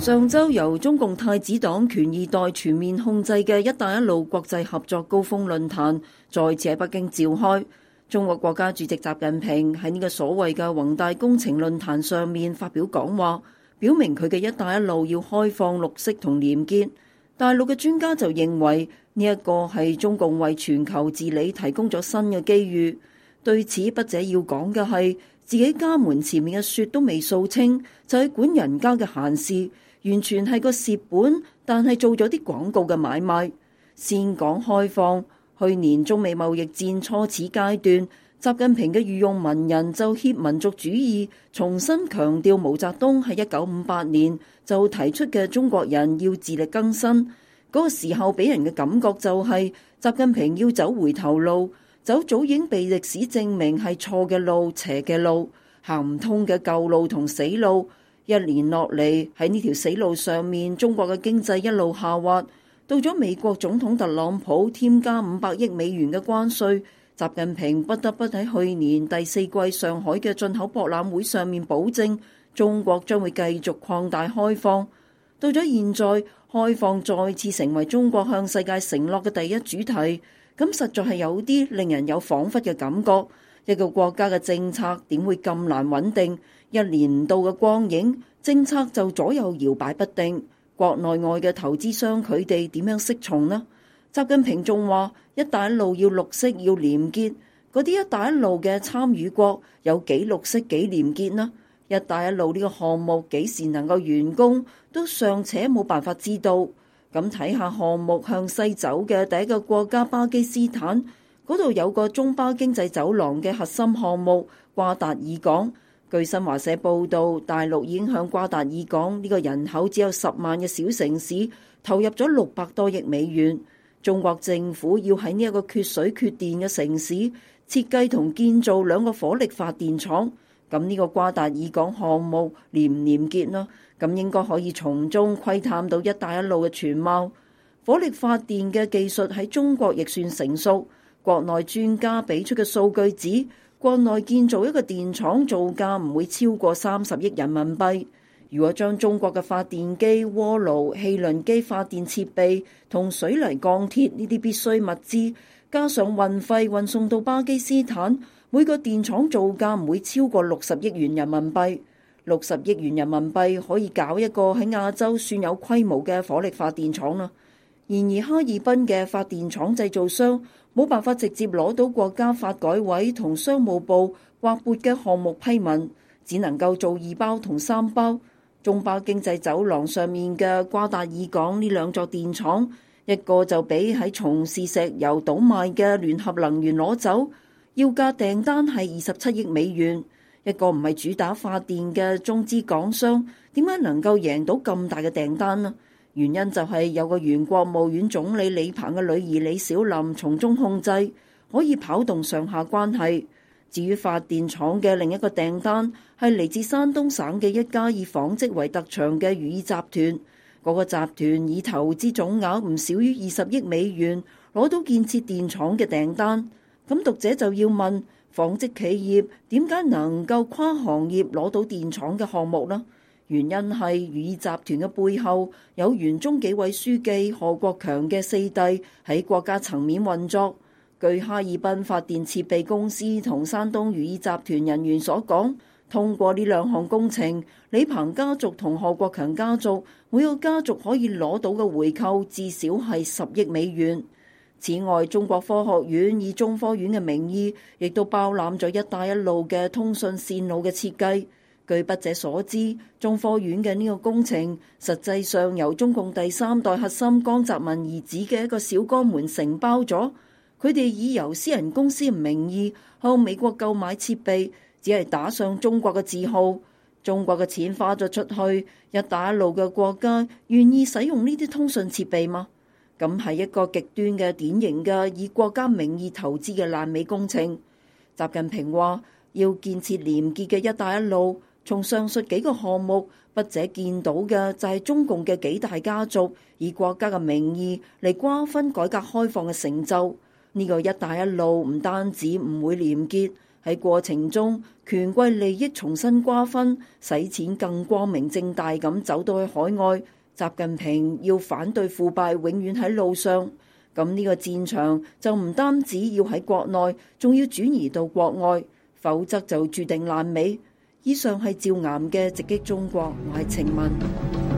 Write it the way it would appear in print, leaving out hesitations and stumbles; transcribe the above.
上週由中共太子黨權二代全面控制嘅一帶一路國際合作高峰論壇再次喺北京召開。中國國家主席習近平喺呢個所謂嘅宏大工程論壇上面發表講話，表明佢嘅一帶一路要開放、綠色同廉潔。大陸嘅專家就認為呢一個係中共為全球治理提供咗新嘅機遇。對此，筆者要講嘅係自己家門前面嘅雪都未掃清，就係管人家嘅閒事。完全係個蝕本，但係做咗啲廣告嘅買賣。先講開放，去年中美貿易戰初始階段，習近平嘅御用文人就挾民族主義，重新強調毛澤東喺1958年就提出嘅中國人要自力更生。嗰個時候俾人嘅感覺就係習近平要走回頭路，走早已經被歷史證明係錯嘅路、邪嘅路，行唔通嘅舊路同死路。一年落嚟喺呢條死路上面，中國嘅經濟一路下滑，到咗美國總統特朗普添加500億美元嘅關稅，習近平不得不喺去年第4季上海嘅進口博覽會上面保證，中國將會繼續擴大開放。到咗現在，開放再次成為中國向世界承諾嘅第一主題，咁實在係有啲令人有恍惚嘅感覺。一個國家嘅政策點會咁難穩定？一年唔到嘅光影，政策就左右搖擺不定。國內外嘅投資商佢哋點樣適從呢？習近平仲話一帶一路要綠色要廉潔，嗰啲一帶一路嘅參與國有幾綠色幾廉潔呢？一帶一路呢個項目幾時能夠完工，都尚且冇辦法知道。咁睇下項目向西走嘅第一個國家巴基斯坦，嗰度有個中巴經濟走廊嘅核心項目瓜達爾港。據新華社報道，大陸已經向瓜達爾港呢個人口只有10萬嘅小城市投入咗600多億美元。中國政府要喺呢一個缺水缺電嘅城市設計同建造2個火力發電廠，咁呢個瓜達爾港項目廉唔廉潔呢？咁應該可以從中窺探到一帶一路嘅全貌。火力發電嘅技術喺中國亦算成熟，國內專家俾出嘅數據指，國內建造一個電廠造價唔會超過30億人民幣。如果將中國嘅發電機、鍋爐、汽輪機發電設備同水泥、鋼鐵呢啲必需物資，加上運費運送到巴基斯坦，每個電廠造價唔會超過60億元人民幣。60億元人民幣可以搞一個喺亞洲算有規模嘅火力發電廠啦。然而哈爾濱嘅發電廠製造商冇辦法直接攞到國家發改委同商務部劃撥嘅項目批文，只能夠做2包同3包。中巴經濟走廊上面嘅瓜達爾港呢2座電廠，一個就俾喺從事石油倒賣嘅聯合能源攞走，要價訂單係27億美元。一個唔係主打發電嘅中資港商，點解能夠贏到咁大嘅訂單呢？原因就係有個原國務院總理李鵬嘅女兒李小琳從中控制，可以跑動上下關係。至於發電廠嘅另一個訂單，係嚟自山東省嘅一家以紡織為特長嘅如意集團。嗰個集團以投資總額唔少於20億美元攞到建設電廠嘅訂單。咁讀者就要問，紡織企業點解能夠跨行業攞到電廠嘅項目呢？原因係如意集團嘅背後有原中紀委書記賀國強嘅4弟喺國家層面運作。據哈爾濱發電設備公司同山東如意集團人員所講，通過呢2項工程，李鵬家族同賀國強家族每個家族可以攞到嘅回扣至少係10億美元。此外，中國科學院以中科院嘅名義，亦都包攬咗一帶一路嘅通訊線路嘅設計。據筆者所知，中科院嘅呢個工程實際上由中共第3代核心江澤民兒子嘅一個小江門承包咗。佢哋以由私人公司嘅名義向美國購買設備，只係打上中國嘅字號。中國嘅錢花咗出去，一帶一路嘅國家願意使用呢啲通訊設備嗎？咁係一個極端嘅典型嘅以國家名義投資嘅爛尾工程。習近平話要建設廉潔嘅一帶一路。從上述幾個項目，筆者見到嘅就係中共嘅幾大家族以國家嘅名義嚟瓜分改革開放嘅成就。呢個一帶一路唔單止唔會廉潔， 喺過程中，權貴利益重新瓜分，使錢更光明正大咁走到去海外。習近平要反對腐敗，永遠喺路上。咁呢個戰場就唔單止要喺國內，仲要轉移到國外，否則就注定爛尾。以上係趙岩嘅直擊中國，我係程雯。